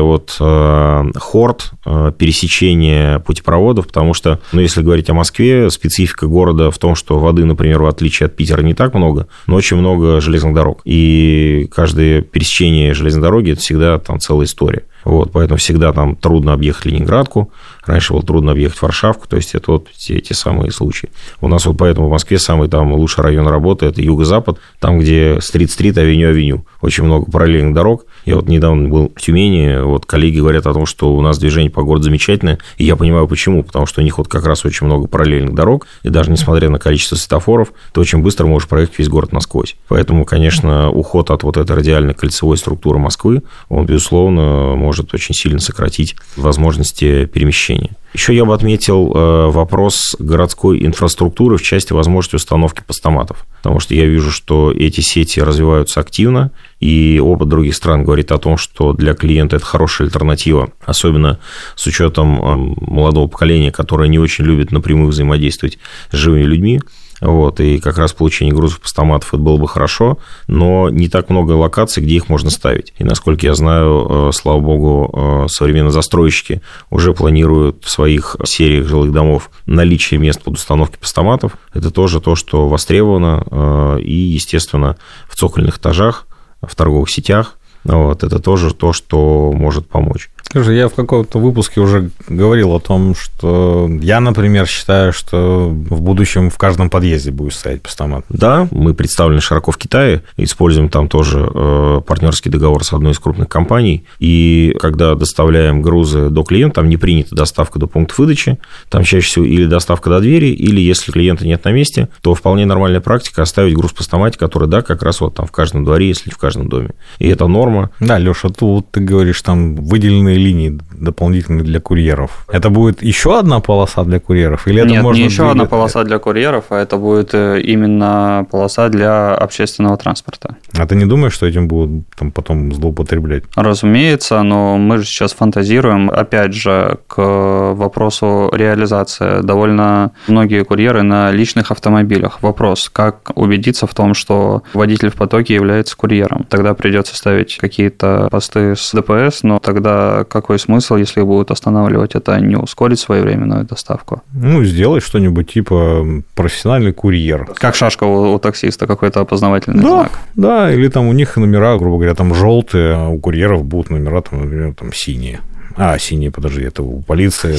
хорд, пересечения путепроводов, потому что, если говорить о Москве, специфика города в том, что воды, например, в отличие от Питера, не так много, но очень много железных дорог. И каждое пересечение железной дороги – это всегда целая история. Поэтому всегда трудно объехать Ленинградку. Раньше было трудно объехать Варшавку. То есть, это все эти самые случаи. У нас поэтому в Москве самый лучший район работы – это юго-запад, там, где стрит-стрит, авеню-авеню. Очень много параллельных дорог. Я недавно был в Тюмени, коллеги говорят о том, что у нас движение по городу замечательное, и я понимаю, почему. Потому что у них как раз очень много параллельных дорог, и даже несмотря на количество светофоров, ты очень быстро можешь проехать весь город насквозь. Поэтому, конечно, уход от этой радиальной кольцевой структуры Москвы, он, безусловно, может очень сильно сократить возможности перемещения. Еще я бы отметил вопрос городской инфраструктуры в части возможности установки постаматов. Потому что я вижу, что эти сети развиваются активно, и опыт других стран говорит о том, что для клиента это хорошая альтернатива, особенно с учетом молодого поколения, которое не очень любит напрямую взаимодействовать с живыми людьми. И как раз получение грузов постаматов это было бы хорошо, но не так много локаций, где их можно ставить. И, насколько я знаю, слава богу, современные застройщики уже планируют в своих сериях жилых домов наличие мест под установкой постаматов. Это тоже то, что востребовано, и, естественно, в цокольных этажах, в торговых сетях. Это тоже то, что может помочь. Скажи, я в каком-то выпуске уже говорил о том, что я, например, считаю, что в будущем в каждом подъезде будет стоять постамат. Да, мы представлены широко в Китае, используем там тоже партнерский договор с одной из крупных компаний, и когда доставляем грузы до клиента, там не принята доставка до пункта выдачи, там чаще всего или доставка до двери, или если клиента нет на месте, то вполне нормальная практика оставить груз в постамате, который, да, как раз вот там в каждом дворе, если не в каждом доме. И это норма. Да, Леша, тут ты говоришь, там выделенные линии дополнительные для курьеров. Это будет еще одна полоса для курьеров? Или это Нет, можно не еще одна полоса для курьеров, а это будет именно полоса для общественного транспорта. А ты не думаешь, что этим будут там потом злоупотреблять? Разумеется, но мы же сейчас фантазируем. Опять же, к вопросу реализации. Довольно многие курьеры на личных автомобилях. Вопрос, как убедиться в том, что водитель в потоке является курьером? Тогда придется ставить какие-то посты с ДПС, но тогда какой смысл, если будут останавливать это, не ускорить своевременную доставку? Ну, сделай что-нибудь типа профессиональный курьер. Как шашка у таксиста, какой-то опознавательный знак. Да, или там у них номера, грубо говоря, там желтые, а у курьеров будут номера, там, например, там синие. Синие, подожди, это у полиции.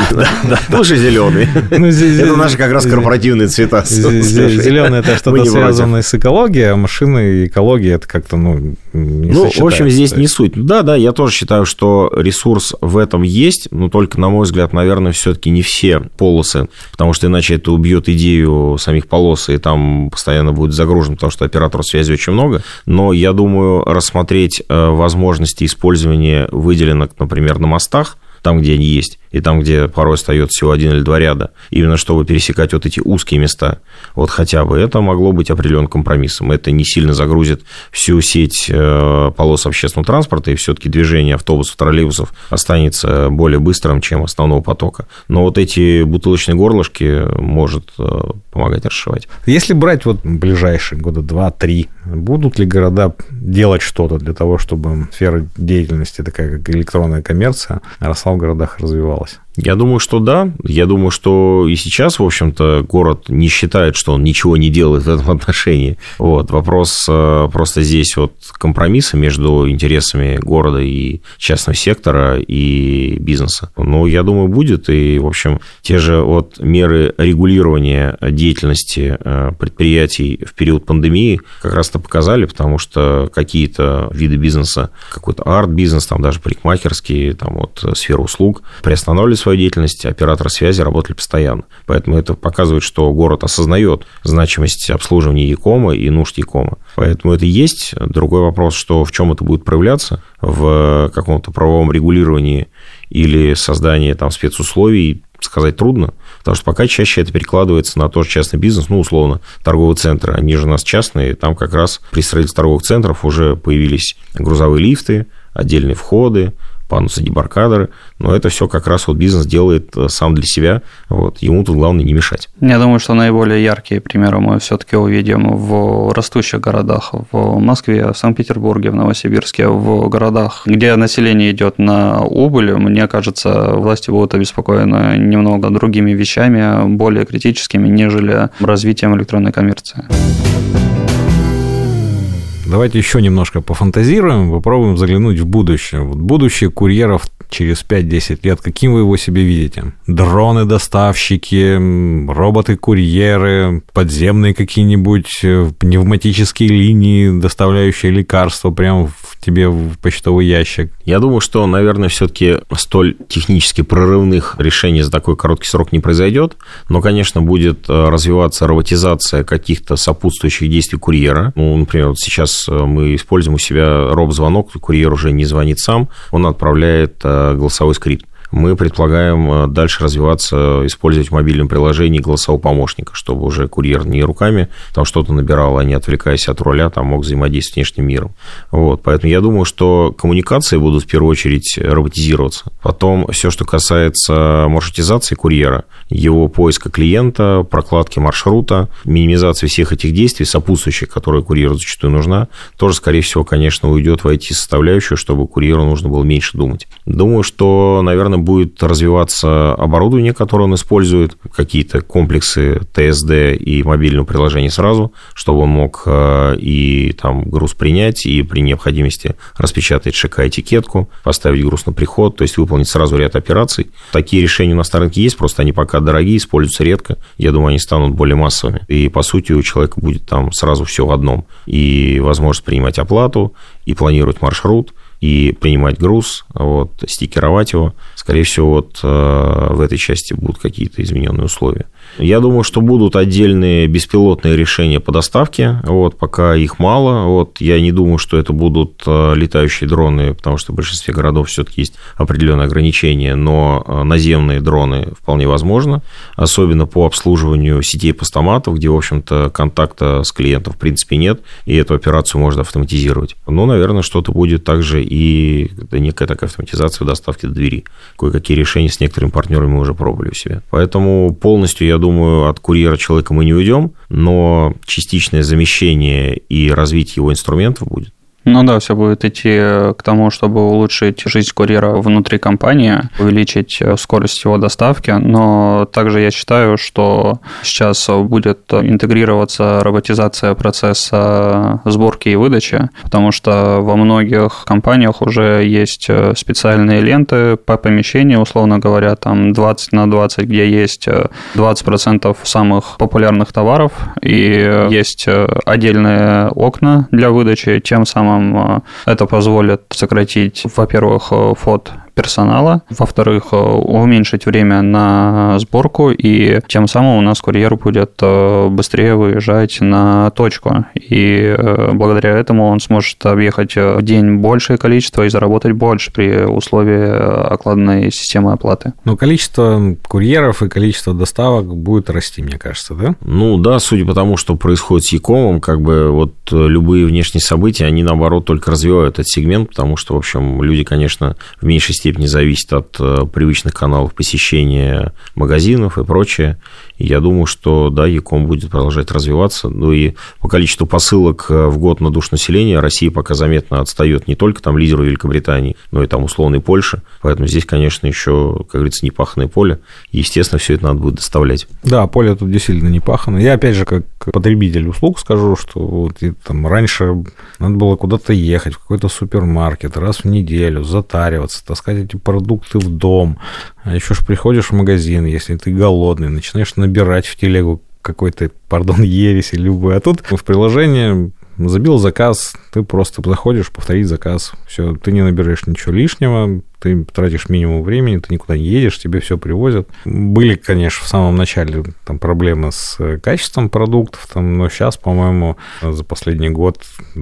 Да, лучше зеленые. Это наши как раз корпоративные цвета. Зеленый это что-то связанное с экологией, а машины и экология это как-то, не сочетается. В общем, здесь не суть. Да, я тоже считаю, что ресурс в этом есть, но только, на мой взгляд, наверное, все-таки не все полосы, потому что иначе это убьет идею самих полос, и там постоянно будет загружено, потому что операторов связи очень много. Но я думаю, рассмотреть возможности использования выделенных, например, на мостах, там, где они есть, и там, где порой остается всего 1 или 2 ряда, именно чтобы пересекать вот эти узкие места. Вот хотя бы это могло быть определенным компромиссом. Это не сильно загрузит всю сеть полос общественного транспорта, и все-таки движение автобусов, троллейбусов останется более быстрым, чем основного потока. Но вот эти бутылочные горлышки может помогать расшивать. Если брать вот ближайшие года 2-3, будут ли города делать что-то для того, чтобы сфера деятельности, такая как электронная коммерция, росла в городах, развивалась? Я думаю, что да. Я думаю, что и сейчас, в общем-то, город не считает, что он ничего не делает в этом отношении. Вопрос просто здесь компромисса между интересами города и частного сектора и бизнеса. Я думаю, будет. И, в общем, те же меры регулирования деятельности предприятий в период пандемии как раз-то показали, потому что какие-то виды бизнеса, какой-то арт-бизнес, там даже парикмахерские, сфера услуг приостанавливали свою деятельность, операторы связи работали постоянно. Поэтому это показывает, что город осознает значимость обслуживания Е-кома и нужд Е-кома. Поэтому это есть. Другой вопрос, что в чем это будет проявляться, в каком-то правовом регулировании или создании спецусловий, сказать трудно, потому что пока чаще это перекладывается на тот же частный бизнес, условно, торговые центры, они же у нас частные, там как раз при строительстве торговых центров уже появились грузовые лифты, отдельные входы, пандусы, дебаркадеры, но это все как раз бизнес делает сам для себя, ему тут главное не мешать. Я думаю, что наиболее яркие примеры мы все-таки увидим в растущих городах, в Москве, в Санкт-Петербурге, в Новосибирске, в городах, где население идет на убыль. Мне кажется, власти будут обеспокоены немного другими вещами, более критическими, нежели развитием электронной коммерции. Давайте еще немножко пофантазируем, попробуем заглянуть в будущее. Будущее курьеров через 5-10 лет, каким вы его себе видите? Дроны-доставщики, роботы-курьеры, подземные какие-нибудь пневматические линии, доставляющие лекарства прямо тебе в почтовый ящик? Я думаю, что, наверное, все-таки столь технически прорывных решений за такой короткий срок не произойдет, но, конечно, будет развиваться роботизация каких-то сопутствующих действий курьера. Например, сейчас мы используем у себя робот-звонок, курьер уже не звонит сам, он отправляет голосовой скрипт. Мы предполагаем дальше развиваться, использовать в мобильном приложении голосового помощника, чтобы уже курьер не руками там что-то набирал, а не отвлекаясь от руля, мог взаимодействовать с внешним миром. Поэтому я думаю, что коммуникации будут в первую очередь роботизироваться. Потом все, что касается маршрутизации курьера, его поиска клиента, прокладки маршрута, минимизации всех этих действий, сопутствующих, которые курьеру зачастую нужна, тоже, скорее всего, конечно, уйдет в IT-составляющую, чтобы курьеру нужно было меньше думать. Думаю, что, наверное, будет развиваться оборудование, которое он использует, какие-то комплексы ТСД и мобильного приложения сразу, чтобы он мог и там груз принять, и при необходимости распечатать ШК-этикетку, поставить груз на приход, то есть выполнить сразу ряд операций. Такие решения у нас на рынке есть, просто они пока дорогие, используются редко. Я думаю, они станут более массовыми. И, по сути, у человека будет там сразу все в одном. И возможность принимать оплату, и планировать маршрут, и принимать груз, стикеровать его. Скорее всего, в этой части будут какие-то измененные условия. Я думаю, что будут отдельные беспилотные решения по доставке, пока их мало. Я не думаю, что это будут летающие дроны, потому что в большинстве городов все-таки есть определенные ограничения, но наземные дроны вполне возможно, особенно по обслуживанию сетей постаматов, где, в общем-то, контакта с клиентом в принципе нет, и эту операцию можно автоматизировать. Но, наверное, что-то будет также и некая такая автоматизация доставки до двери. Кое-какие решения с некоторыми партнерами мы уже пробовали у себя. Поэтому полностью, я думаю, от курьера человека мы не уйдем, но частичное замещение и развитие его инструментов будет. Ну да, все будет идти к тому, чтобы улучшить жизнь курьера внутри компании, увеличить скорость его доставки, но также я считаю, что сейчас будет интегрироваться роботизация процесса сборки и выдачи, потому что во многих компаниях уже есть специальные ленты по помещению, условно говоря, там 20 на 20, где есть 20% самых популярных товаров, и есть отдельные окна для выдачи, тем самым это позволит сократить, во-первых, ход персонала, во-вторых, уменьшить время на сборку, и тем самым у нас курьер будет быстрее выезжать на точку, и благодаря этому он сможет объехать в день большее количество и заработать больше при условии окладной системы оплаты. Но количество курьеров и количество доставок будет расти, мне кажется, да? Ну да, судя по тому, что происходит с Якомом, любые внешние события, они наоборот только развивают этот сегмент, потому что, в общем, люди, конечно, в меньшей степени зависит от привычных каналов посещения магазинов и прочее. И я думаю, что, да, Яком будет продолжать развиваться. Ну и по количеству посылок в год на душу населения Россия пока заметно отстает не только там лидеру Великобритании, но и там условной Польши. Поэтому здесь, конечно, еще, как говорится, непаханное поле. И, естественно, все это надо будет доставлять. Да, поле тут действительно непаханное. Я, опять же, как потребитель услуг скажу, что раньше надо было куда-то ехать, в какой-то супермаркет, раз в неделю, затариваться, таскать эти продукты в дом. А еще ж приходишь в магазин, если ты голодный, начинаешь набирать в телегу какой-то, ересь или любой. А тут в приложении забил заказ, ты просто заходишь, повторить заказ. Все, ты не набираешь ничего лишнего, ты тратишь минимум времени, ты никуда не едешь, тебе все привозят. Были, конечно, в самом начале там проблемы с качеством продуктов, но сейчас, по-моему, за последний год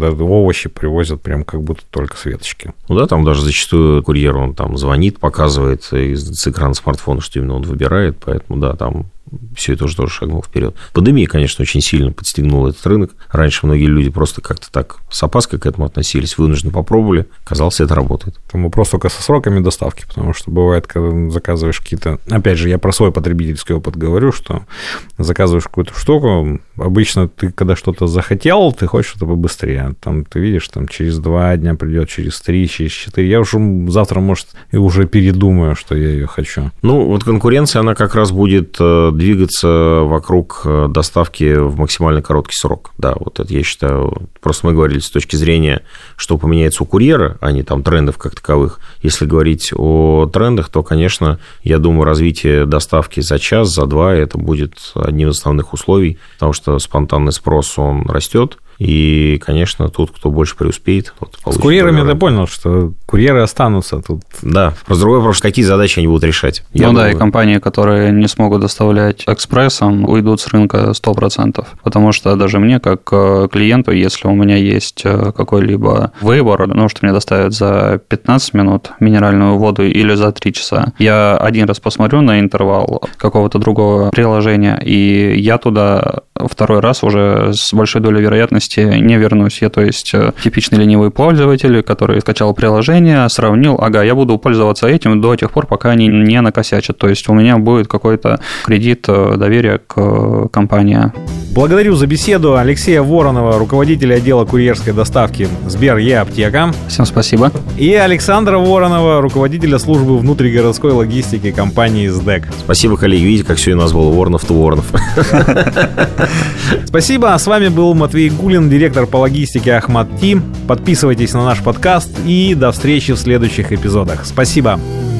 овощи привозят прям как будто только с веточки. Ну да, там даже зачастую курьер, он там звонит, показывает с экрана смартфона, что именно он выбирает, поэтому да, там все это уже тоже шагнуло вперед. Пандемия, конечно, очень сильно подстегнула этот рынок. Раньше многие люди просто как-то так с опаской к этому относились, вынужденно попробовали, казалось, это работает. Там вопрос только со сроками доставки, потому что бывает, когда заказываешь какие-то... Опять же, я про свой потребительский опыт говорю, что заказываешь какую-то штуку, обычно ты, когда что-то захотел, ты хочешь, чтобы быстрее. Там ты видишь, там через 2 дня придет, через 3, через 4. Я уже завтра, может, и уже передумаю, что я ее хочу. Ну, вот конкуренция, она как раз будет двигаться вокруг доставки в максимально короткий срок. Да, вот это я считаю... Просто мы говорили с точки зрения, что поменяется у курьера, а не там трендов как таковых. Если говорить о трендах, то, конечно, я думаю, развитие доставки за час, за 2 это будет одним из основных условий, потому что спонтанный спрос, он растет. И, конечно, тут, кто больше преуспеет, тот получит. С курьерами я понял, что курьеры останутся тут. Да. Просто другой вопрос, какие задачи они будут решать. И компании, которые не смогут доставлять экспрессом, уйдут с рынка 100%. Потому что даже мне, как клиенту, если у меня есть какой-либо выбор, что мне доставят за 15 минут минеральную воду или за 3 часа, я один раз посмотрю на интервал какого-то другого приложения, и я туда второй раз уже с большой долей вероятности не вернусь. Я, то есть, типичный ленивый пользователь, который скачал приложение, сравнил, я буду пользоваться этим до тех пор, пока они не накосячат. То есть, у меня будет какой-то кредит доверия к компании. Благодарю за беседу Алексея Воронова, руководителя отдела курьерской доставки Сбер Е-аптека. Всем спасибо. И Александра Воронова, руководителя службы внутригородской логистики компании СДЭК. Спасибо, коллеги. Видите, как все у нас было Воронов-то Воронов. Спасибо. А с вами был Матвей Гулин, директор по логистике Ахмад Ти. Подписывайтесь на наш подкаст и до встречи в следующих эпизодах. Спасибо.